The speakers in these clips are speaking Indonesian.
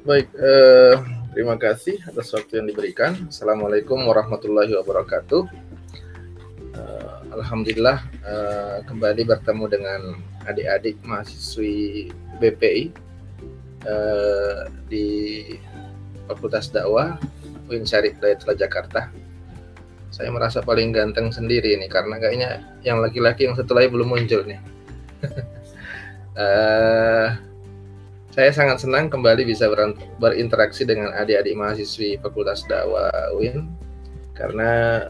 Baik, terima kasih atas waktu yang diberikan. Assalamualaikum warahmatullahi wabarakatuh. Alhamdulillah kembali bertemu dengan adik-adik mahasiswi BPI di Fakultas Dakwah UIN Syarif Hidayatullah Jakarta. Saya merasa paling ganteng sendiri ini karena kayaknya yang laki-laki yang satu lagi belum muncul nih. Saya sangat senang kembali bisa berinteraksi dengan adik-adik mahasiswi Fakultas Dakwah UIN karena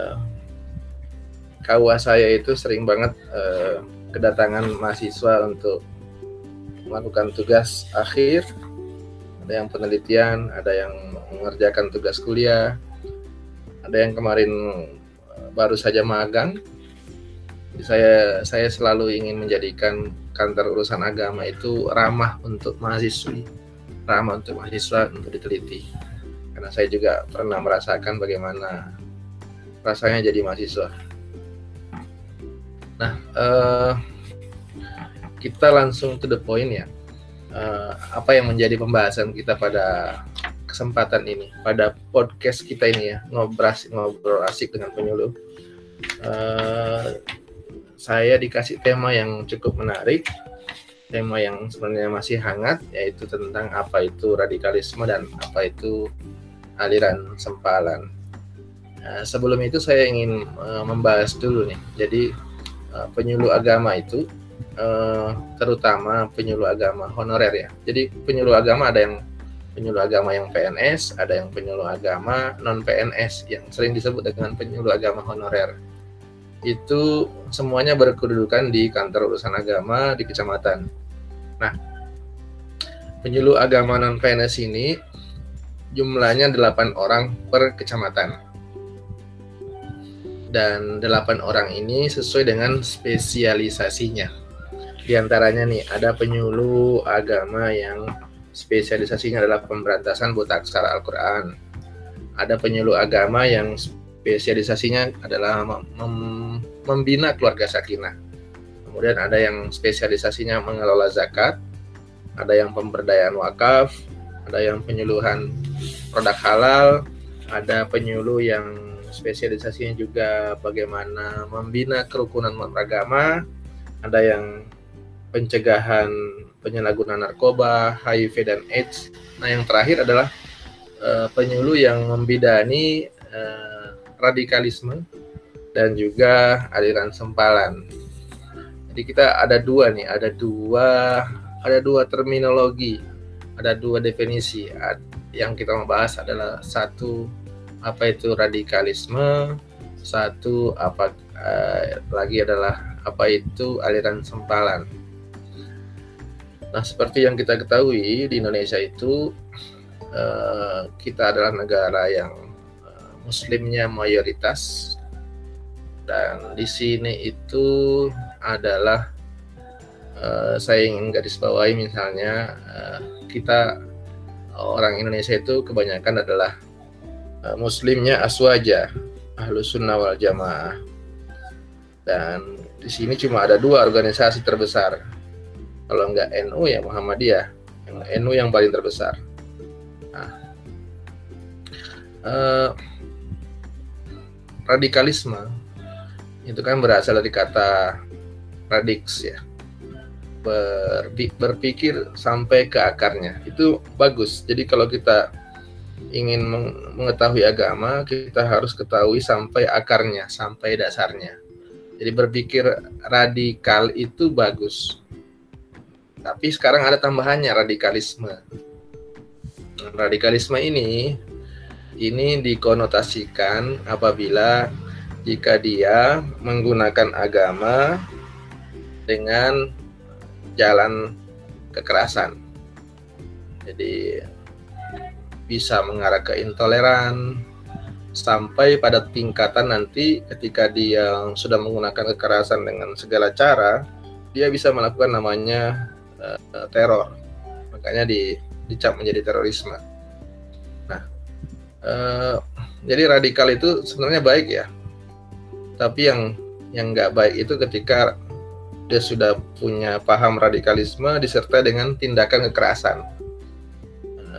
KUA saya itu sering banget kedatangan mahasiswa untuk melakukan tugas akhir, ada yang penelitian, ada yang mengerjakan tugas kuliah, ada yang kemarin baru saja magang. Jadi saya selalu ingin menjadikan kantor urusan agama itu ramah untuk mahasiswi, ramah untuk mahasiswa untuk diteliti. Karena saya juga pernah merasakan bagaimana rasanya jadi mahasiswa. Nah, kita langsung to the point ya. Apa yang menjadi pembahasan kita pada kesempatan ini, pada podcast kita ini ya, ngobrol asik dengan penyuluh. Saya dikasih tema yang cukup menarik, tema yang sebenarnya masih hangat, yaitu tentang apa itu radikalisme dan apa itu aliran sempalan. Sebelum itu saya ingin membahas dulu nih. Jadi penyuluh agama itu terutama penyuluh agama honorer ya. Jadi penyuluh agama ada yang penyuluh agama yang PNS, ada yang penyuluh agama non PNS yang sering disebut dengan penyuluh agama honorer. Itu semuanya berkedudukan di kantor urusan agama di kecamatan. Nah, penyuluh agama non PNS ini jumlahnya 8 orang per kecamatan. Dan 8 orang ini sesuai dengan spesialisasinya. Di antaranya nih, ada penyuluh agama yang spesialisasinya adalah pemberantasan buta aksara Al-Quran. Ada penyuluh agama yang spesialisasinya adalah membina keluarga sakinah. Kemudian ada yang spesialisasinya mengelola zakat, ada yang pemberdayaan wakaf, ada yang penyuluhan produk halal, ada penyuluh yang spesialisasinya juga bagaimana membina kerukunan beragama, ada yang pencegahan penyalahgunaan narkoba, HIV dan AIDS. Nah, yang terakhir adalah penyuluh yang membidani radikalisme dan juga aliran sempalan. Jadi kita ada dua terminologi, ada dua definisi. Yang kita mau bahas adalah satu, apa itu radikalisme, satu lagi adalah apa itu aliran sempalan. Nah, seperti yang kita ketahui di Indonesia itu kita adalah negara yang Muslimnya mayoritas, dan di sini itu adalah saya ingin garis bawahi misalnya kita orang Indonesia itu kebanyakan adalah Muslimnya aswaja, Ahlus Sunnah wal Jamaah, dan di sini cuma ada 2 organisasi terbesar. Kalau enggak NU ya Muhammadiyah, yang NU yang paling terbesar. Nah, radikalisme itu kan berasal dari kata radix ya, berpikir sampai ke akarnya. Itu bagus. Jadi kalau kita ingin mengetahui agama, kita harus ketahui sampai akarnya, sampai dasarnya. Jadi berpikir radikal itu bagus. Tapi sekarang ada tambahannya, radikalisme. Radikalisme ini dikonotasikan apabila jika dia menggunakan agama dengan jalan kekerasan. Jadi bisa mengarah ke intoleran sampai pada tingkatan nanti ketika dia sudah menggunakan kekerasan dengan segala cara, dia bisa melakukan namanya teror. Makanya dicap menjadi terorisme. Nah, jadi radikal itu sebenarnya baik ya, tapi yang nggak baik itu ketika dia sudah punya paham radikalisme disertai dengan tindakan kekerasan.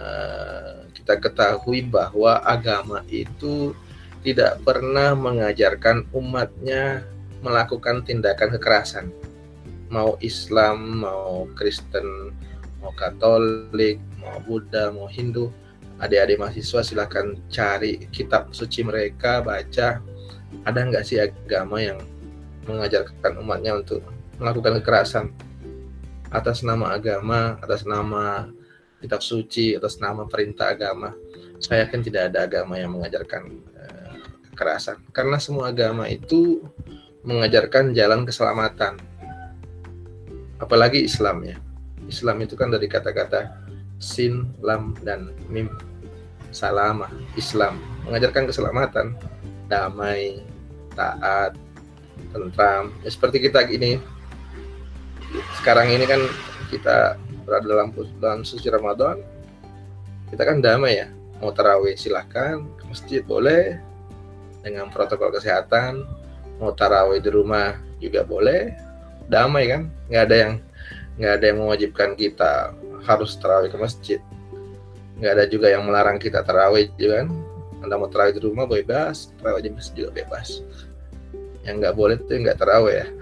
kita ketahui bahwa agama itu tidak pernah mengajarkan umatnya melakukan tindakan kekerasan. Mau Islam, mau Kristen, mau Katolik, mau Buddha, mau Hindu, adik-adik mahasiswa silahkan cari kitab suci mereka, baca. Ada nggak sih agama yang mengajarkan umatnya untuk melakukan kekerasan atas nama agama, atas nama kitab suci, atas nama perintah agama? Saya yakin tidak ada agama yang mengajarkan kekerasan, karena semua agama itu mengajarkan jalan keselamatan. Apalagi Islam ya. Islam itu kan dari kata-kata sin, lam, dan mim. Salama, Islam mengajarkan keselamatan, damai, taat, tentram. Ya, seperti kita gini. Sekarang ini kan kita berada dalam bulan suci Ramadan. Kita kan damai ya. Mau tarawih silahkan, ke masjid boleh dengan protokol kesehatan. Mau tarawih di rumah juga boleh. Damai kan, nggak ada yang mewajibkan kita harus tarawih ke masjid, nggak ada juga yang melarang kita tarawih juga kan. Anda mau tarawih di rumah bebas, tarawih di masjid juga bebas. Yang nggak boleh itu nggak tarawih ya.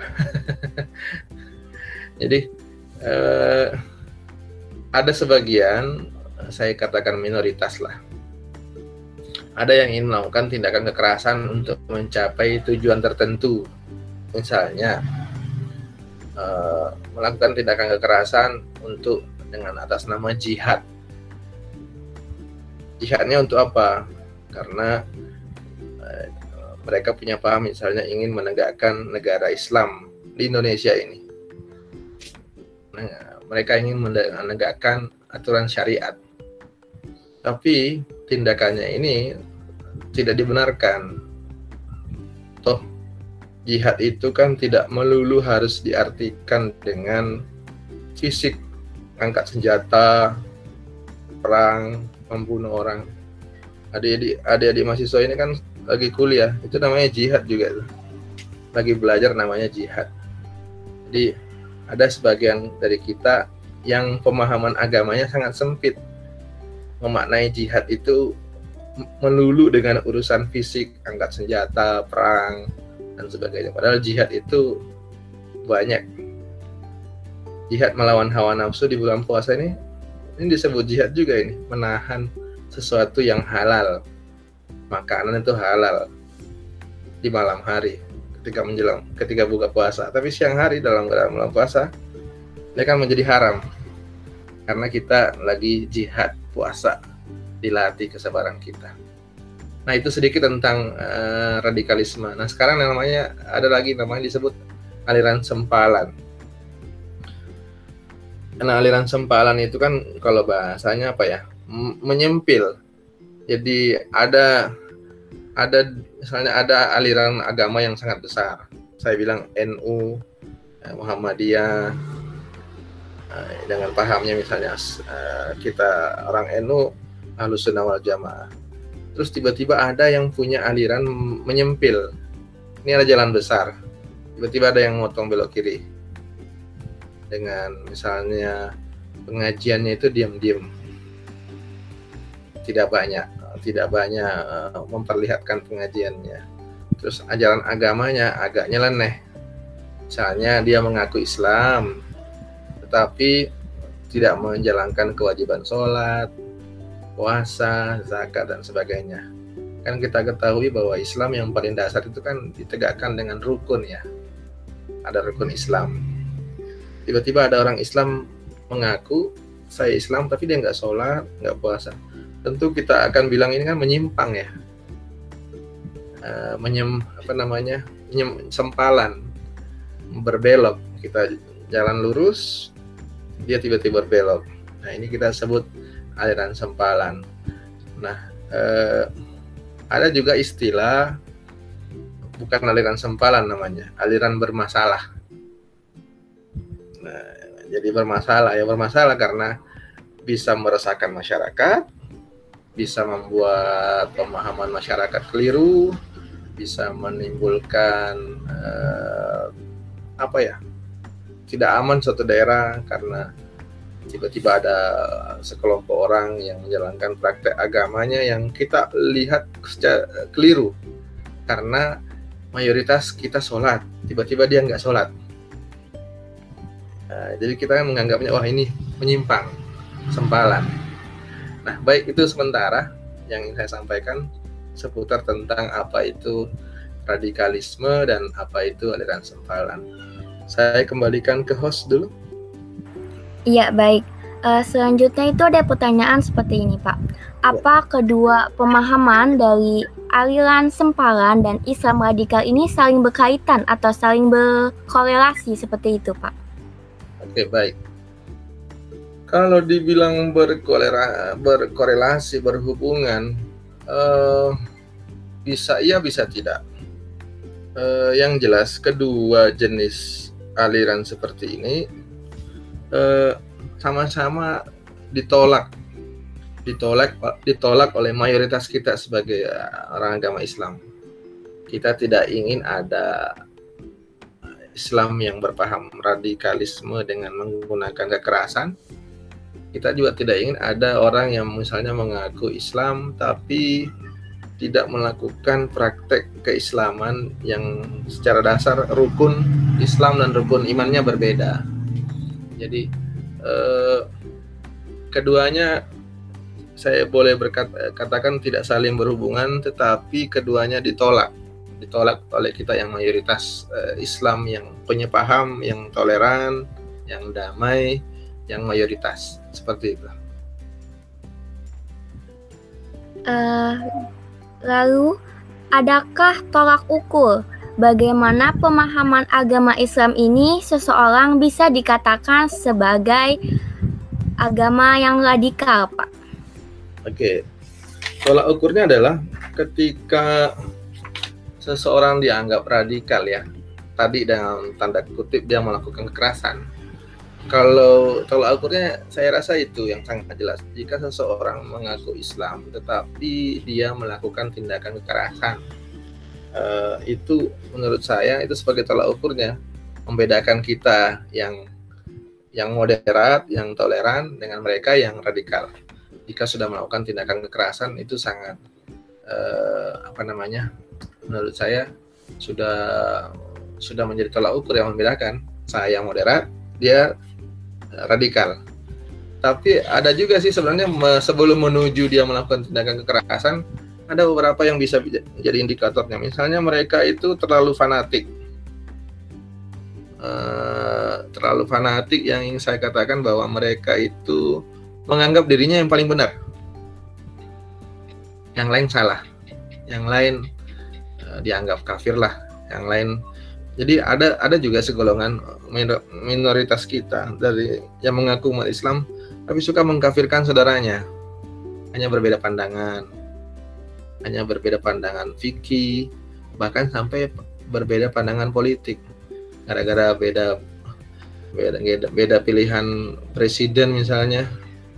Jadi ada sebagian, saya katakan minoritas lah, ada yang ingin melakukan tindakan kekerasan untuk mencapai tujuan tertentu. Misalnya melakukan tindakan kekerasan untuk dengan atas nama jihad. Jihadnya untuk apa? Karena mereka punya paham, misalnya ingin menegakkan negara Islam di Indonesia ini. Mereka ingin menegakkan aturan syariat. Tapi tindakannya ini tidak dibenarkan. Toh jihad itu kan tidak melulu harus diartikan dengan fisik, angkat senjata, perang, membunuh orang. Adik-adik mahasiswa ini kan lagi kuliah, itu namanya jihad juga. Lagi belajar namanya jihad. Jadi ada sebagian dari kita yang pemahaman agamanya sangat sempit, memaknai jihad itu melulu dengan urusan fisik, angkat senjata, perang, dan sebagainya. Padahal jihad itu banyak. Jihad melawan hawa nafsu di bulan puasa ini disebut jihad juga ini, menahan sesuatu yang halal. Makanan itu halal di malam hari ketika buka puasa, tapi siang hari dalam bulan puasa ini kan menjadi haram karena kita lagi jihad puasa, dilatih kesabaran kita. Nah, itu sedikit tentang radikalisme. Nah, sekarang namanya ada lagi namanya disebut aliran sempalan. Nah, aliran sempalan itu kan kalau bahasanya apa ya? Menyempil. Jadi ada misalnya ada aliran agama yang sangat besar. Saya bilang NU, Muhammadiyah, dengan pahamnya misalnya kita orang NU Ahlus Sunnah wal Jamaah. Terus tiba-tiba ada yang punya aliran menyempil. Ini ada jalan besar. Tiba-tiba ada yang motong belok kiri. Dengan misalnya pengajiannya itu diam-diam. Tidak banyak memperlihatkan pengajiannya. Terus ajaran agamanya agak nyeleneh. Misalnya dia mengaku Islam, tetapi tidak menjalankan kewajiban sholat, puasa, zakat, dan sebagainya. Kan kita ketahui bahwa Islam yang paling dasar itu kan ditegakkan dengan rukun ya. Ada rukun Islam. Tiba-tiba ada orang Islam mengaku saya Islam tapi dia nggak sholat, nggak puasa. Tentu kita akan bilang ini kan menyimpang ya. Sempalan, berbelok. Kita jalan lurus, dia tiba-tiba berbelok. Nah, ini kita sebut aliran sempalan. Nah, ada juga istilah bukan aliran sempalan namanya, aliran bermasalah. Nah, jadi bermasalah karena bisa meresahkan masyarakat, bisa membuat pemahaman masyarakat keliru, bisa menimbulkan tidak aman suatu daerah karena tiba-tiba ada sekelompok orang yang menjalankan praktek agamanya yang kita lihat secara keliru, karena mayoritas kita sholat, tiba-tiba dia nggak sholat. Jadi kita menganggapnya wah ini menyimpang, sempalan. Nah, baik, itu sementara yang ingin saya sampaikan seputar tentang apa itu radikalisme dan apa itu aliran sempalan. Saya kembalikan ke host dulu. Iya, baik. Selanjutnya itu ada pertanyaan seperti ini, Pak. Apa kedua pemahaman dari aliran sempalan dan Islam radikal ini saling berkaitan atau saling berkorelasi seperti itu, Pak? Oke, baik. Kalau dibilang berkorelasi, berhubungan, bisa iya, bisa tidak. Yang jelas kedua jenis aliran seperti ini sama-sama ditolak oleh mayoritas kita sebagai orang agama Islam. Kita tidak ingin ada Islam yang berpaham radikalisme dengan menggunakan kekerasan. Kita juga tidak ingin ada orang yang misalnya mengaku Islam tapi tidak melakukan praktek keislaman yang secara dasar rukun Islam dan rukun imannya berbeda. Jadi keduanya saya boleh katakan tidak saling berhubungan, tetapi keduanya ditolak oleh kita yang mayoritas Islam yang punya paham, yang toleran, yang damai, yang mayoritas seperti itu. Lalu, adakah tolak ukur bagaimana pemahaman agama Islam ini seseorang bisa dikatakan sebagai agama yang radikal, Pak? Oke, tolak ukurnya adalah ketika seseorang dianggap radikal, ya, tadi dalam tanda kutip dia melakukan kekerasan. Kalau tolak ukurnya saya rasa itu yang sangat jelas. Jika seseorang mengaku Islam tetapi dia melakukan tindakan kekerasan, itu menurut saya itu sebagai tolak ukurnya, membedakan kita yang moderat, yang toleran dengan mereka yang radikal. Jika sudah melakukan tindakan kekerasan itu sangat menurut saya sudah menjadi tolak ukur yang membedakan. Saya yang moderat, dia radikal. Tapi ada juga sih sebenarnya sebelum menuju dia melakukan tindakan kekerasan, ada beberapa yang bisa jadi indikatornya. Misalnya mereka itu terlalu fanatik. Yang ingin saya katakan bahwa mereka itu menganggap dirinya yang paling benar, yang lain salah, yang lain dianggap kafir lah, yang lain. Jadi ada juga segolongan minoritas kita dari yang mengaku umat Islam tapi suka mengkafirkan saudaranya, hanya berbeda pandangan fikih, bahkan sampai berbeda pandangan politik gara-gara beda pilihan presiden misalnya,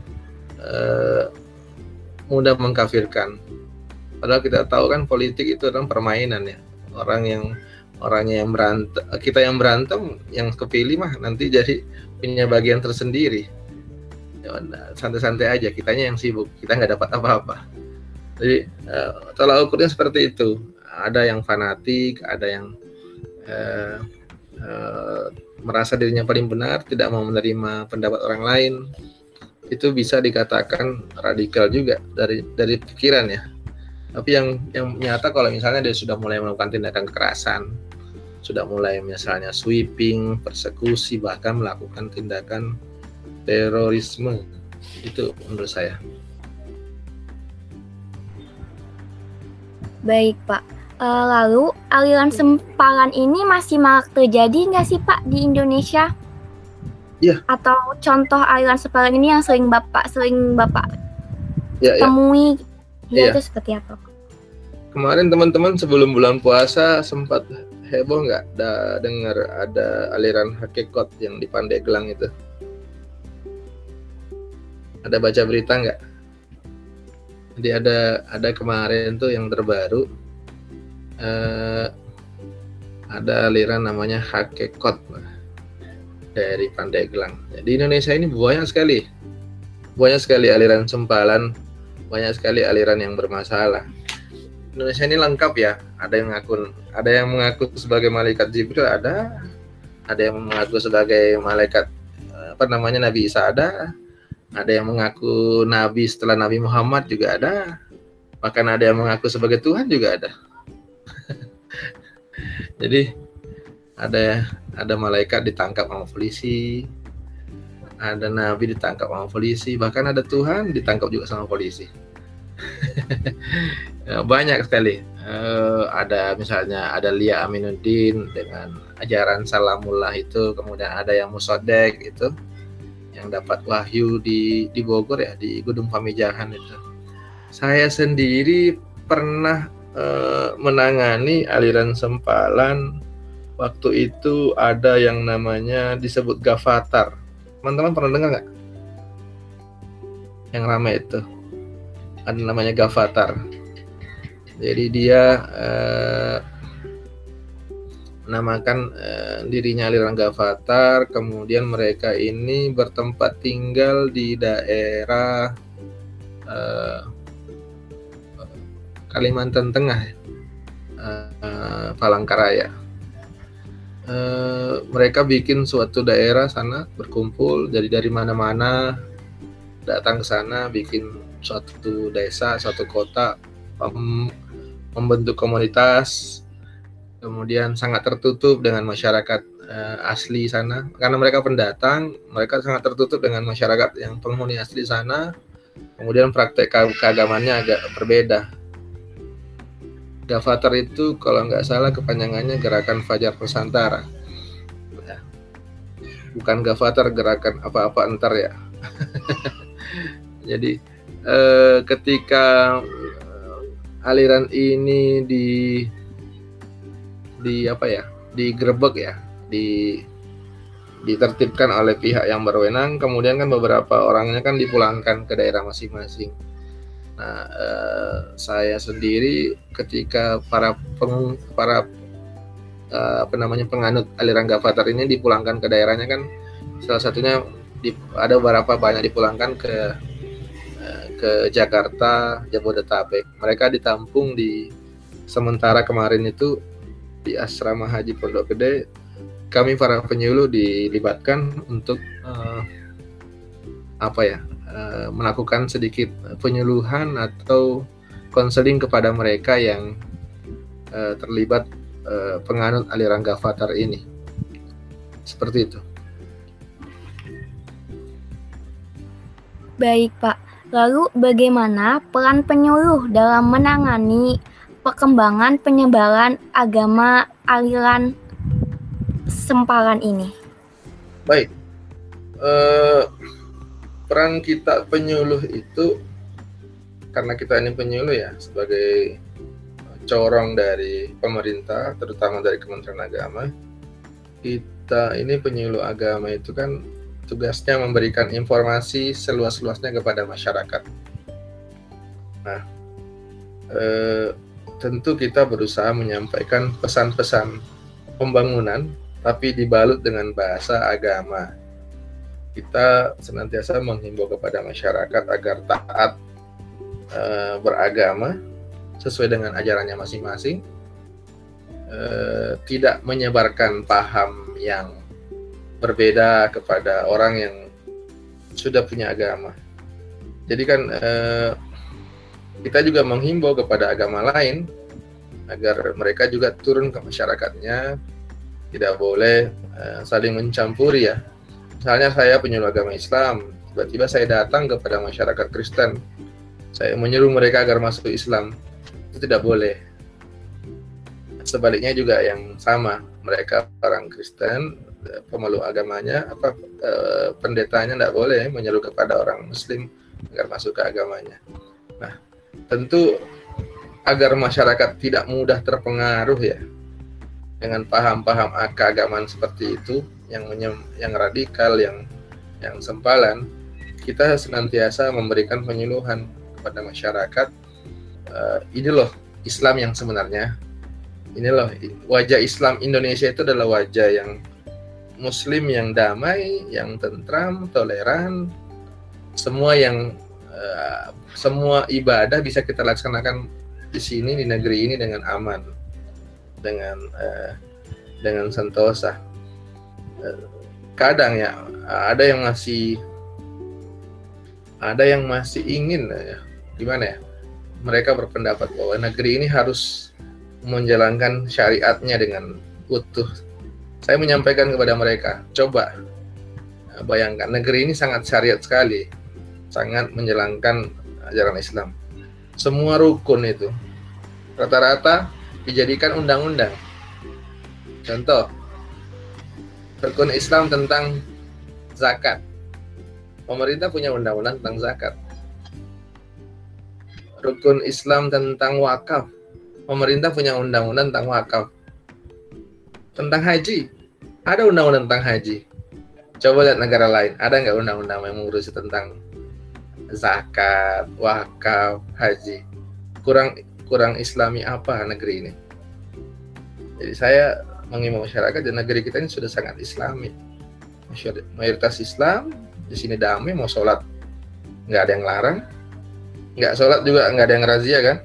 mudah mengkafirkan. Padahal kita tahu kan politik itu adalah permainan, ya. Orangnya yang berantem, kita yang berantem, yang kepilih mah nanti jadi punya bagian tersendiri. Ya, santai-santai aja, kitanya yang sibuk, kita nggak dapat apa-apa. Jadi tolak ukurnya seperti itu. Ada yang fanatik, ada yang merasa dirinya paling benar, tidak mau menerima pendapat orang lain. Itu bisa dikatakan radikal juga dari pikiran, ya. Tapi yang nyata kalau misalnya dia sudah mulai melakukan tindakan kekerasan, sudah mulai misalnya sweeping, persekusi, bahkan melakukan tindakan terorisme, itu menurut saya. Baik, Pak. Lalu aliran sempalan ini masih marak terjadi nggak sih, Pak, di Indonesia? Iya. Atau contoh aliran sempalan ini yang sering Bapak temui, itu seperti apa, Pak? Kemarin teman-teman sebelum bulan puasa sempat heboh nggak dengar ada aliran hakikat yang di Pandeglang itu? Ada baca berita nggak? Jadi ada kemarin tuh yang terbaru, ada aliran namanya hakikat. dari Pandeglang. Di Indonesia ini banyak sekali aliran sempalan, banyak sekali aliran yang bermasalah. Indonesia ini lengkap ya. Ada yang mengaku sebagai malaikat Jibril, ada yang mengaku sebagai malaikat Nabi Isa, ada yang mengaku nabi setelah Nabi Muhammad juga ada, bahkan ada yang mengaku sebagai Tuhan juga ada. Jadi ada malaikat ditangkap sama polisi, ada nabi ditangkap sama polisi, bahkan ada Tuhan ditangkap juga sama polisi. Banyak sekali. Misalnya ada Lia Aminuddin dengan ajaran Salamullah itu, kemudian ada yang Musodek itu yang dapat wahyu di Bogor ya, di Gedung Pamijahan itu. Saya sendiri pernah menangani aliran sempalan. Waktu itu ada yang namanya disebut Gavatar. Teman-teman pernah dengar nggak? Yang ramai itu ada namanya Gavatar. Jadi dia menamakan dirinya aliran Gavatar. Kemudian mereka ini bertempat tinggal di daerah Kalimantan Tengah, Palangkaraya. Mereka bikin suatu daerah sana, berkumpul dari mana-mana datang ke sana, bikin suatu desa, suatu kota, membentuk komunitas, kemudian sangat tertutup dengan masyarakat asli sana. Karena mereka pendatang, mereka sangat tertutup dengan masyarakat yang penghuni asli sana. Kemudian praktek keagamannya agak berbeda. Gavatar itu kalau nggak salah kepanjangannya Gerakan Fajar Nusantara. Bukan Gavatar gerakan apa-apa entar ya. Jadi ketika aliran ini digerebek ya, ditertibkan oleh pihak yang berwenang, kemudian kan beberapa orangnya kan dipulangkan ke daerah masing-masing. Nah, saya sendiri ketika para penganut aliran Gavatar ini dipulangkan ke daerahnya kan, salah satunya ada beberapa banyak dipulangkan ke Jakarta, Jabodetabek. Mereka ditampung sementara kemarin itu di asrama haji Pondok Gede. Kami para penyuluh dilibatkan untuk melakukan sedikit penyuluhan atau konseling kepada mereka yang terlibat penganut aliran Gavatar ini. Seperti itu. Baik, Pak. Lalu bagaimana peran penyuluh dalam menangani perkembangan penyebaran agama aliran sempalan ini? Baik. Peran kita penyuluh itu, karena kita ini penyuluh ya, sebagai corong dari pemerintah, terutama dari Kementerian Agama. Kita ini penyuluh agama itu kan tugasnya memberikan informasi seluas-luasnya kepada masyarakat. Nah, tentu kita berusaha menyampaikan pesan-pesan pembangunan, tapi dibalut dengan bahasa agama. Kita senantiasa menghimbau kepada masyarakat agar taat beragama sesuai dengan ajarannya masing-masing, tidak menyebarkan paham yang berbeda kepada orang yang sudah punya agama. Jadi kan kita juga menghimbau kepada agama lain agar mereka juga turun ke masyarakatnya, tidak boleh saling mencampuri ya. Misalnya saya penyuluh agama Islam, tiba-tiba saya datang kepada masyarakat Kristen, saya menyuruh mereka agar masuk Islam, itu tidak boleh. Sebaliknya juga yang sama, mereka orang Kristen, pemeluk agamanya, pendetanya tidak boleh menyeru kepada orang Muslim agar masuk ke agamanya. Nah, tentu agar masyarakat tidak mudah terpengaruh ya dengan paham-paham keagamaan seperti itu, yang radikal, yang sempalan, kita senantiasa memberikan penyuluhan kepada masyarakat. Ini loh Islam yang sebenarnya. Ini loh wajah Islam Indonesia itu adalah wajah yang Muslim yang damai, yang tentram, toleran, semua semua ibadah bisa kita laksanakan di sini, di negeri ini dengan aman, dengan sentosa. Kadang ya ada yang masih ingin gimana ya, mereka berpendapat bahwa negeri ini harus menjalankan syariatnya dengan utuh. Saya menyampaikan kepada mereka, coba bayangkan, negeri ini sangat syariat sekali, sangat menjalankan ajaran Islam. Semua rukun itu rata-rata dijadikan undang-undang. Contoh, rukun Islam tentang zakat, pemerintah punya undang-undang tentang zakat. Rukun Islam tentang wakaf, pemerintah punya undang-undang tentang wakaf. Tentang haji, ada undang-undang tentang haji. Coba lihat negara lain, ada nggak undang-undang yang mengurusi tentang zakat, wakaf, haji? Kurang Islami apa negeri ini? Jadi saya mengimbau masyarakat, dan negeri kita ini sudah sangat Islami. Mayoritas Islam, di sini damai, mau sholat nggak ada yang larang, nggak sholat juga nggak ada yang razia kan?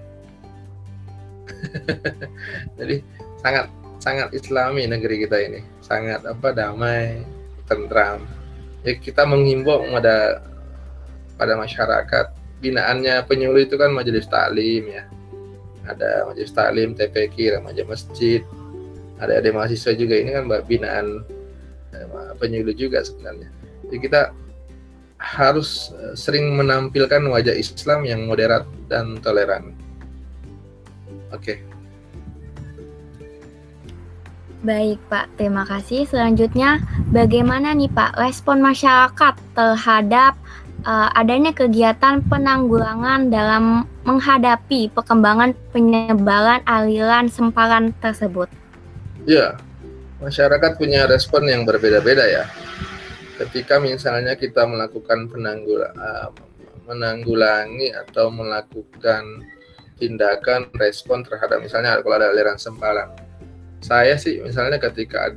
Jadi sangat Islami negeri kita ini, sangat damai, tentram. Ya, kita menghimbau pada masyarakat, binaannya penyuluh itu kan majelis taklim ya, ada majelis taklim, TPQ, remaja masjid, ada mahasiswa juga, ini kan binaan penyuluh juga sebenarnya. Jadi kita harus sering menampilkan wajah Islam yang moderat dan toleran. Oke. Baik Pak, terima kasih. Selanjutnya, bagaimana nih Pak respon masyarakat terhadap adanya kegiatan penanggulangan dalam menghadapi perkembangan penyebaran aliran sempalan tersebut? Ya, masyarakat punya respon yang berbeda-beda ya. Ketika misalnya kita melakukan menanggulangi atau melakukan tindakan respon terhadap misalnya kalau ada aliran sempalan. Saya sih misalnya ketika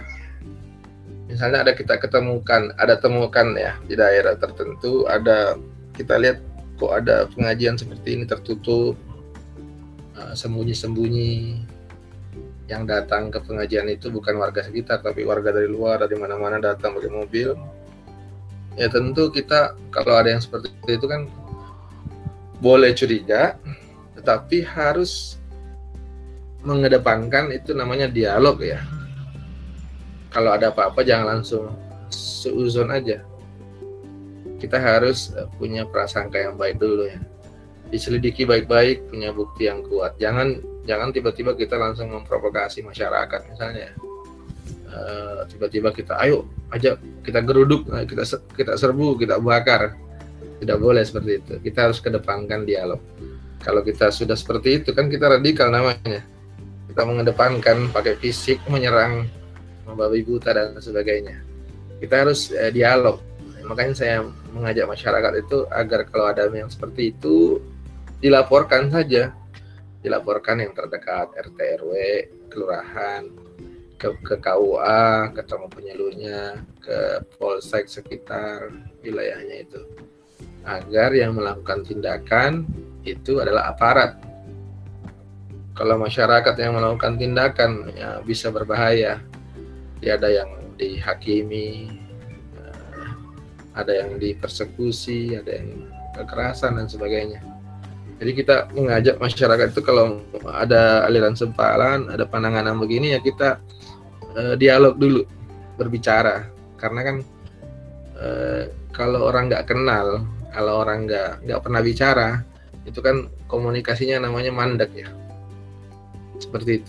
kita temukan ya di daerah tertentu, kita lihat kok ada pengajian seperti ini tertutup, sembunyi-sembunyi, yang datang ke pengajian itu bukan warga sekitar tapi warga dari luar, dari mana-mana datang pakai mobil. Ya tentu kita kalau ada yang seperti itu kan boleh curiga, tetapi harus mengedepankan itu namanya dialog ya. Kalau ada apa-apa jangan langsung seuzon aja. Kita harus punya prasangka yang baik dulu ya. Diselidiki baik-baik, punya bukti yang kuat. Jangan tiba-tiba kita langsung memprovokasi masyarakat misalnya. Tiba-tiba kita kita geruduk, kita serbu, kita bakar. Tidak boleh seperti itu. Kita harus kedepankan dialog. Kalau kita sudah seperti itu kan kita radikal namanya. Kita mengedepankan pakai fisik, menyerang, membabi buta dan sebagainya. Kita harus dialog. Makanya saya mengajak masyarakat itu agar kalau ada yang seperti itu dilaporkan saja. Dilaporkan yang terdekat, RT RW, kelurahan, ke KUA, ketemu penyuluhnya, ke polsek sekitar wilayahnya itu. Agar yang melakukan tindakan itu adalah aparat. Kalau masyarakat yang melakukan tindakan ya bisa berbahaya. Ya, ada yang dihakimi, ada yang dipersekusi, ada yang kekerasan dan sebagainya. Jadi kita mengajak masyarakat itu kalau ada aliran sempalan, ada penanganan begini ya kita dialog dulu, berbicara. Karena kan kalau orang nggak kenal, kalau orang nggak pernah bicara, itu kan komunikasinya namanya mandek ya. Seperti itu.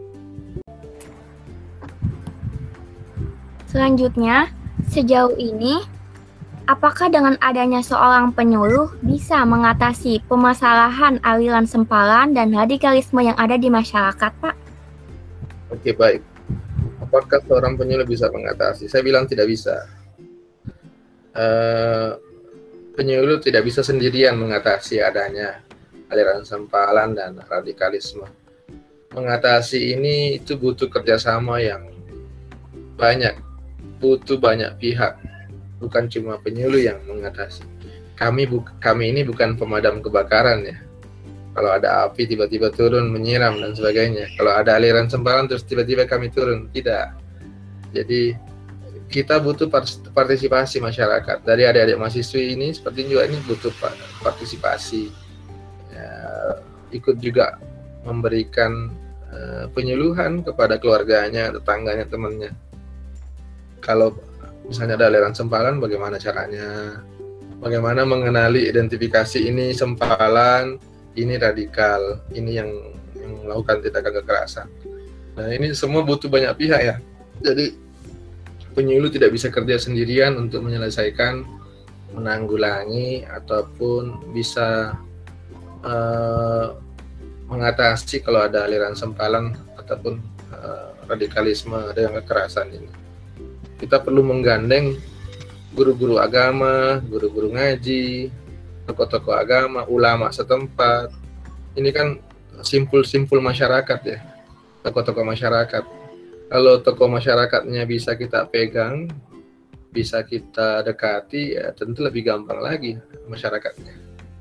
Selanjutnya, sejauh ini, apakah dengan adanya seorang penyuluh bisa mengatasi permasalahan aliran sempalan dan radikalisme yang ada di masyarakat, Pak? Oke, baik. Apakah seorang penyuluh bisa mengatasi? Saya bilang tidak bisa. Penyuluh tidak bisa sendirian mengatasi adanya aliran sempalan dan radikalisme. Mengatasi ini itu butuh kerjasama yang banyak butuh banyak pihak, bukan cuma penyuluh yang mengatasi. Kami ini bukan pemadam kebakaran ya. Kalau ada api tiba-tiba turun menyiram dan sebagainya. Kalau ada aliran sempalan terus tiba-tiba kami turun, tidak. Jadi kita butuh partisipasi masyarakat dari adik-adik mahasiswi ini, seperti juga ini butuh partisipasi ya, ikut juga memberikan penyuluhan kepada keluarganya, tetangganya, temannya. Kalau misalnya ada aliran sempalan, bagaimana caranya, bagaimana mengenali identifikasi ini sempalan, ini radikal, ini yang melakukan tindakan kekerasan. Nah, ini semua butuh banyak pihak ya. Jadi penyuluh tidak bisa kerja sendirian untuk menyelesaikan, menanggulangi ataupun bisa mengatasi kalau ada aliran sempalan ataupun radikalisme dan kekerasan ini. Kita perlu menggandeng guru-guru agama, guru-guru ngaji, tokoh-tokoh agama, ulama setempat. Ini kan simpul-simpul masyarakat ya, tokoh-tokoh masyarakat. Kalau tokoh masyarakatnya bisa kita pegang, bisa kita dekati, ya tentu lebih gampang lagi masyarakatnya.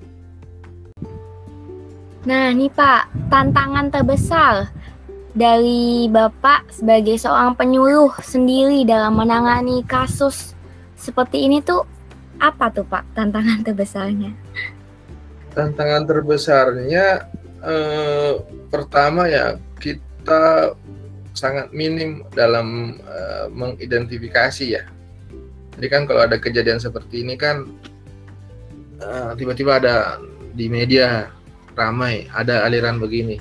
Nah nih Pak, tantangan terbesar dari Bapak sebagai seorang penyuluh sendiri dalam menangani kasus seperti ini tuh apa tuh Pak tantangan terbesarnya? Tantangan terbesarnya pertama ya, kita sangat minim dalam mengidentifikasi ya. Jadi kan kalau ada kejadian seperti ini kan tiba-tiba ada di media ramai ada aliran begini.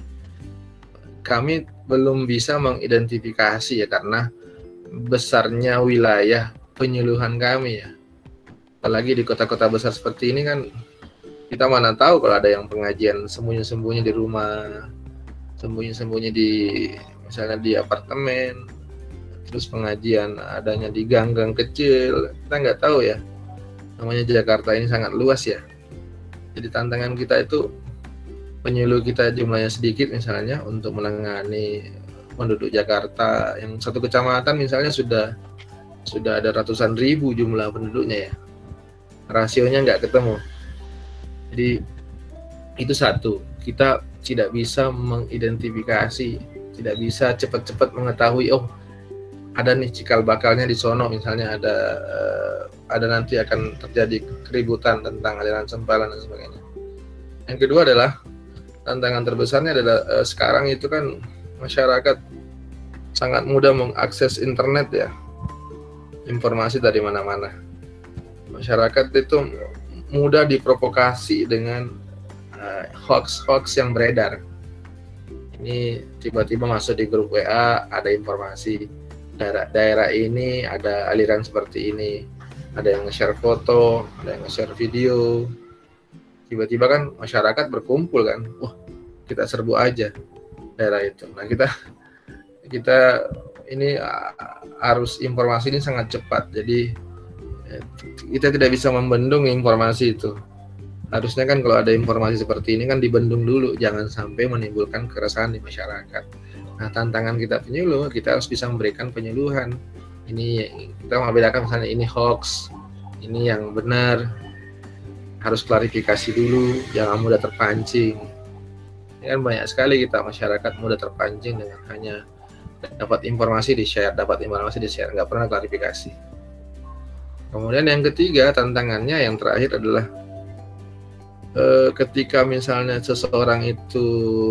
Kami belum bisa mengidentifikasi ya karena besarnya wilayah penyuluhan kami ya. Apalagi di kota-kota besar seperti ini kan kita mana tahu kalau ada yang pengajian sembunyi-sembunyi di rumah, sembunyi-sembunyi di misalnya di apartemen, terus pengajian adanya di gang-gang kecil, kita nggak tahu ya. Namanya Jakarta ini sangat luas ya. Jadi tantangan kita itu penyuluh kita jumlahnya sedikit misalnya untuk menangani penduduk Jakarta yang satu kecamatan misalnya sudah ada ratusan ribu jumlah penduduknya ya. Rasionya nggak ketemu. Jadi itu satu, kita tidak bisa mengidentifikasi, tidak bisa cepat-cepat mengetahui oh ada nih cikal bakalnya di sono misalnya ada nanti akan terjadi keributan tentang aliran sempalan dan sebagainya. Yang kedua adalah tantangan terbesarnya adalah sekarang itu kan masyarakat sangat mudah mengakses internet ya, informasi dari mana-mana. Masyarakat itu mudah diprovokasi dengan hoax yang beredar. Ini tiba-tiba masuk di grup WA, ada informasi daerah ini ada aliran seperti ini, ada yang nge-share foto, ada yang nge-share video. Tiba-tiba kan masyarakat berkumpul kan, wah kita serbu aja daerah itu. Nah kita ini arus informasi ini sangat cepat, jadi kita tidak bisa membendung informasi itu. Harusnya kan kalau ada informasi seperti ini kan dibendung dulu, jangan sampai menimbulkan keresahan di masyarakat. Nah tantangan kita penyuluh, kita harus bisa memberikan penyuluhan. Ini kita membedakan misalnya ini hoax, ini yang benar, harus klarifikasi dulu, jangan mudah terpancing. Ya kan banyak sekali kita masyarakat mudah terpancing dengan hanya dapat informasi di-share, nggak pernah klarifikasi. Kemudian yang ketiga tantangannya yang terakhir adalah ketika misalnya seseorang itu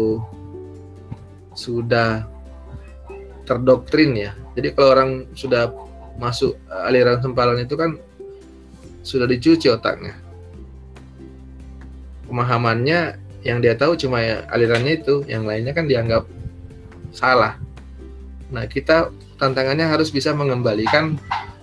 sudah terdoktrin ya. Jadi kalau orang sudah masuk aliran sempalan itu kan sudah dicuci otaknya. Pemahamannya yang dia tahu cuma ya alirannya itu, yang lainnya kan dianggap salah. Nah, kita tantangannya harus bisa mengembalikan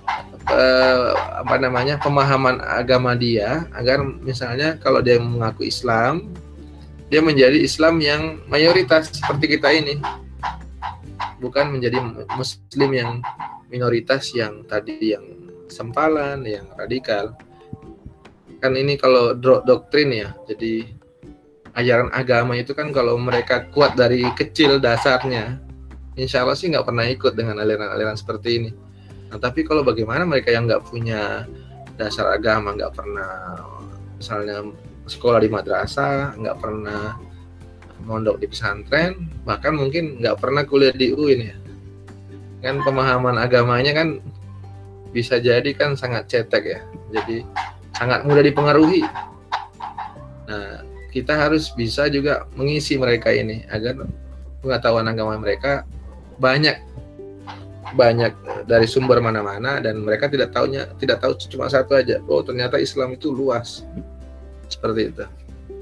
pemahaman agama dia agar misalnya kalau dia mengaku Islam, dia menjadi Islam yang mayoritas seperti kita ini, bukan menjadi Muslim yang minoritas yang tadi yang sempalan, yang radikal. Kan ini kalau doktrin ya, jadi ajaran agama itu kan kalau mereka kuat dari kecil dasarnya, insya Allah sih nggak pernah ikut dengan aliran-aliran seperti ini. Nah, tapi kalau bagaimana mereka yang nggak punya dasar agama, nggak pernah misalnya sekolah di madrasah, nggak pernah mondok di pesantren, bahkan mungkin nggak pernah kuliah di UIN ya, kan pemahaman agamanya kan bisa jadi kan sangat cetek ya, jadi sangat mudah dipengaruhi. Nah, kita harus bisa juga mengisi mereka ini agar pengetahuan agama mereka banyak dari sumber mana-mana, dan mereka tidak tahu cuma satu aja. Oh, ternyata Islam itu luas. Seperti itu.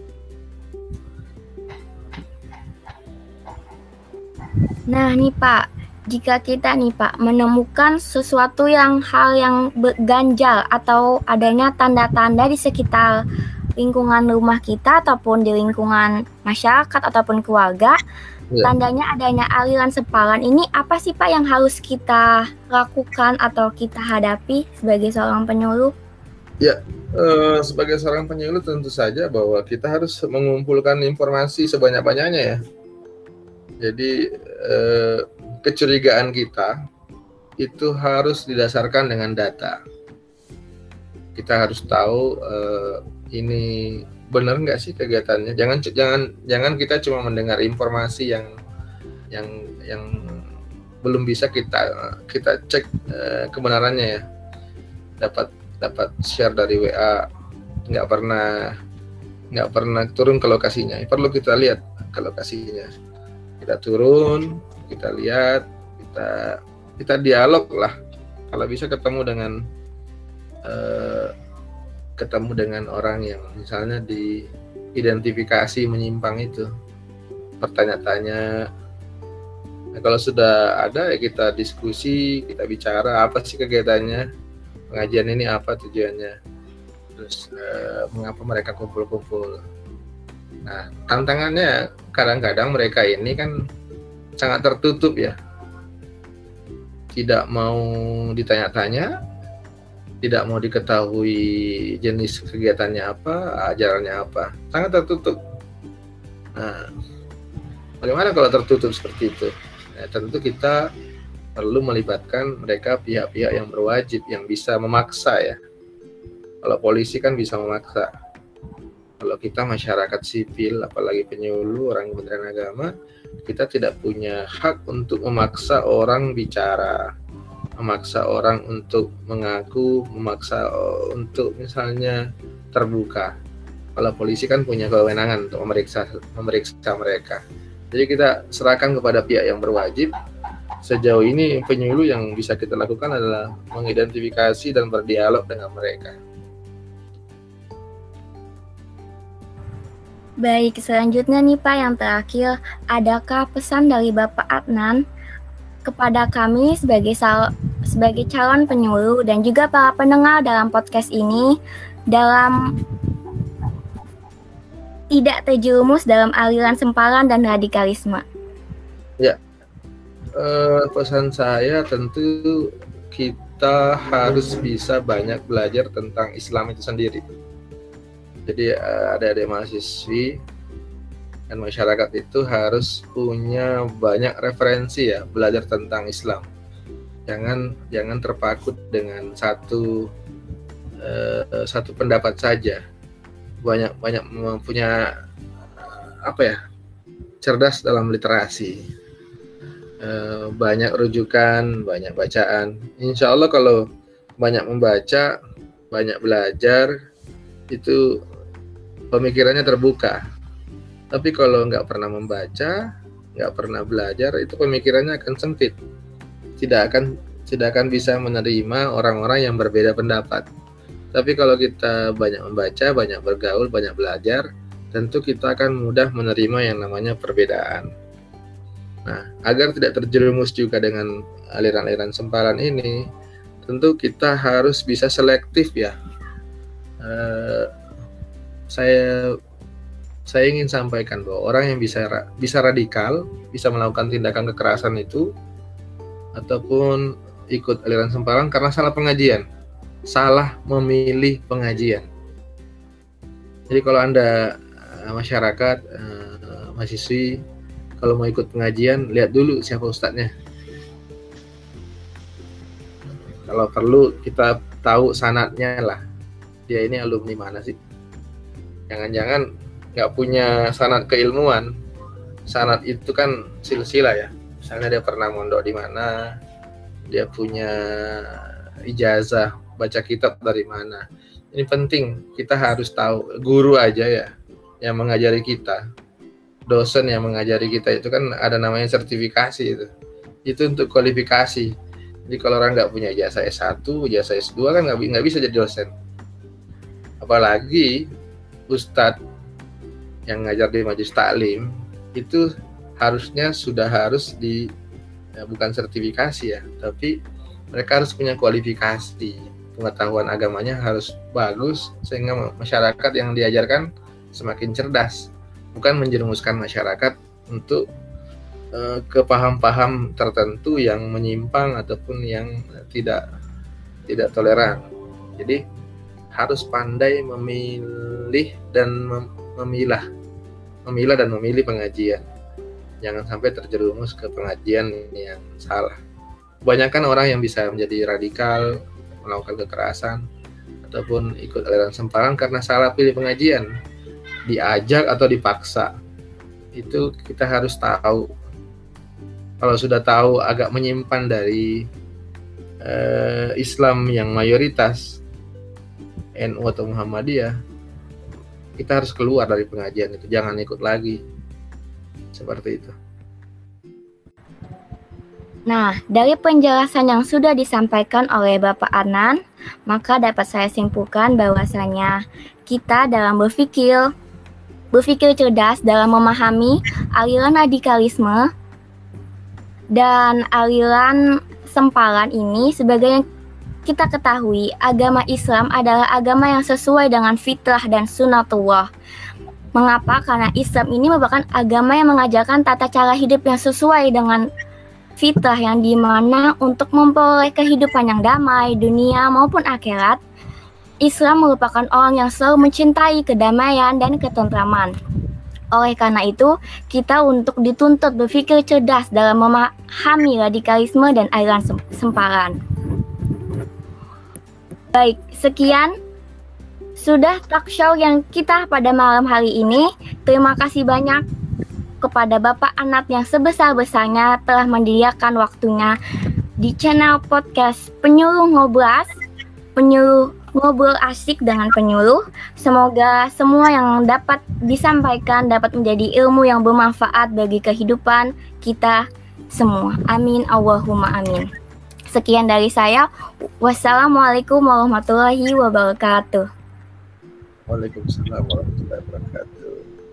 Nah nih Pak, jika kita nih Pak menemukan sesuatu hal yang ganjal atau adanya tanda-tanda di sekitar lingkungan rumah kita ataupun di lingkungan masyarakat ataupun keluarga, tandanya adanya aliran sempalan ini, apa sih Pak yang harus kita lakukan atau kita hadapi sebagai seorang penyuluh? Ya, sebagai seorang penyuluh tentu saja bahwa kita harus mengumpulkan informasi sebanyak-banyaknya ya. Jadi kecurigaan kita itu harus didasarkan dengan data. Kita harus tahu ini benar nggak sih kegiatannya. Jangan kita cuma mendengar informasi yang belum bisa kita cek kebenarannya ya. Dapat share dari WA, nggak pernah turun ke lokasinya. Perlu kita lihat ke lokasinya. Kita turun, kita lihat, kita dialog lah. Kalau bisa ketemu dengan orang yang misalnya diidentifikasi menyimpang itu, bertanya-tanya. Nah, kalau sudah ada ya kita diskusi, kita bicara apa sih kegiatannya, pengajian ini apa tujuannya, terus mengapa mereka kumpul-kumpul. Nah, tantangannya kadang-kadang mereka ini kan sangat tertutup ya, tidak mau ditanya-tanya, tidak mau diketahui jenis kegiatannya apa, ajarannya apa, sangat tertutup. Nah, bagaimana kalau tertutup seperti itu? Nah, tentu kita perlu melibatkan mereka, pihak-pihak yang berwajib, yang bisa memaksa ya. Kalau polisi kan bisa memaksa. Kalau kita masyarakat sipil, apalagi penyuluh, orang Kementerian Agama, kita tidak punya hak untuk memaksa orang bicara, memaksa orang untuk mengaku, memaksa untuk misalnya terbuka. Kalau polisi kan punya kewenangan untuk memeriksa mereka. Jadi kita serahkan kepada pihak yang berwajib. Sejauh ini penyuluh yang bisa kita lakukan adalah mengidentifikasi dan berdialog dengan mereka. Baik, selanjutnya nih Pak, yang terakhir, adakah pesan dari Bapak Adnan kepada kami sebagai calon penyuluh dan juga para pendengar dalam podcast ini dalam tidak terjerumus dalam aliran sempalan dan radikalisme? Ya, pesan saya tentu kita harus bisa banyak belajar tentang Islam itu sendiri. Jadi adik-adik mahasiswi dan masyarakat itu harus punya banyak referensi ya, belajar tentang Islam. Jangan terpaku dengan satu pendapat saja. Banyak mempunyai cerdas dalam literasi. Banyak rujukan, banyak bacaan. Insya Allah kalau banyak membaca, banyak belajar, itu pemikirannya terbuka. Tapi kalau nggak pernah membaca, nggak pernah belajar, itu pemikirannya akan sempit. Tidak akan bisa menerima orang-orang yang berbeda pendapat. Tapi kalau kita banyak membaca, banyak bergaul, banyak belajar, tentu kita akan mudah menerima yang namanya perbedaan. Nah, agar tidak terjerumus juga dengan aliran-aliran sempalan ini, tentu kita harus bisa selektif ya. Saya ingin sampaikan bahwa orang yang bisa radikal, bisa melakukan tindakan kekerasan itu, ataupun ikut aliran sempalan karena salah pengajian, salah memilih pengajian. Jadi kalau Anda masyarakat, mahasiswi, kalau mau ikut pengajian, lihat dulu siapa ustadznya. Kalau perlu kita tahu sanadnya lah. Dia ini alumni mana sih? Jangan-jangan nggak punya sanad keilmuan. Sanad itu kan silsilah ya. Misalnya dia pernah mondok di mana, dia punya ijazah baca kitab dari mana. Ini penting, kita harus tahu. Guru aja ya yang mengajari kita, dosen yang mengajari kita itu kan ada namanya sertifikasi itu untuk kualifikasi. Jadi kalau orang nggak punya ijazah S1, ijazah S2 kan nggak bisa jadi dosen. Apalagi ustadz yang ngajar di majelis taklim itu harusnya sudah harus bukan sertifikasi ya, tapi mereka harus punya kualifikasi, pengetahuan agamanya harus bagus sehingga masyarakat yang diajarkan semakin cerdas, bukan menjerumuskan masyarakat untuk ke paham-paham tertentu yang menyimpang ataupun yang tidak toleran. Jadi harus pandai memilih dan memilah dan memilih pengajian. Jangan sampai terjerumus ke pengajian yang salah. Kebanyakan orang yang bisa menjadi radikal, melakukan kekerasan ataupun ikut aliran sempalan karena salah pilih pengajian, diajak atau dipaksa. Itu kita harus tahu. Kalau sudah tahu agak menyimpan dari Islam yang mayoritas NU atau Muhammadiyah, kita harus keluar dari pengajian itu, jangan ikut lagi. Seperti itu. Nah, dari penjelasan yang sudah disampaikan oleh Bapak Adnan, maka dapat saya simpulkan bahwasanya kita dalam berpikir cerdas dalam memahami aliran radikalisme dan aliran sempalan ini. Sebagai yang kita ketahui, agama Islam adalah agama yang sesuai dengan fitrah dan sunatullah. Mengapa? Karena Islam ini merupakan agama yang mengajarkan tata cara hidup yang sesuai dengan fitrah, yang dimana untuk memperoleh kehidupan yang damai, dunia maupun akhirat, Islam merupakan orang yang selalu mencintai kedamaian dan ketentraman. Oleh karena itu, kita untuk dituntut berpikir cerdas dalam memahami radikalisme dan aliran sempalan. Baik, sekian sudah talk show yang kita pada malam hari ini. Terima kasih banyak kepada Bapak Anat yang sebesar-besarnya telah menyediakan waktunya di channel podcast Penyuluh Ngobras, Penyuluh Ngobrol Asik dengan Penyuluh. Semoga semua yang dapat disampaikan dapat menjadi ilmu yang bermanfaat bagi kehidupan kita semua. Amin, Allahumma amin. Sekian dari saya. Wassalamualaikum warahmatullahi wabarakatuh. Waalaikumsalam warahmatullahi wabarakatuh.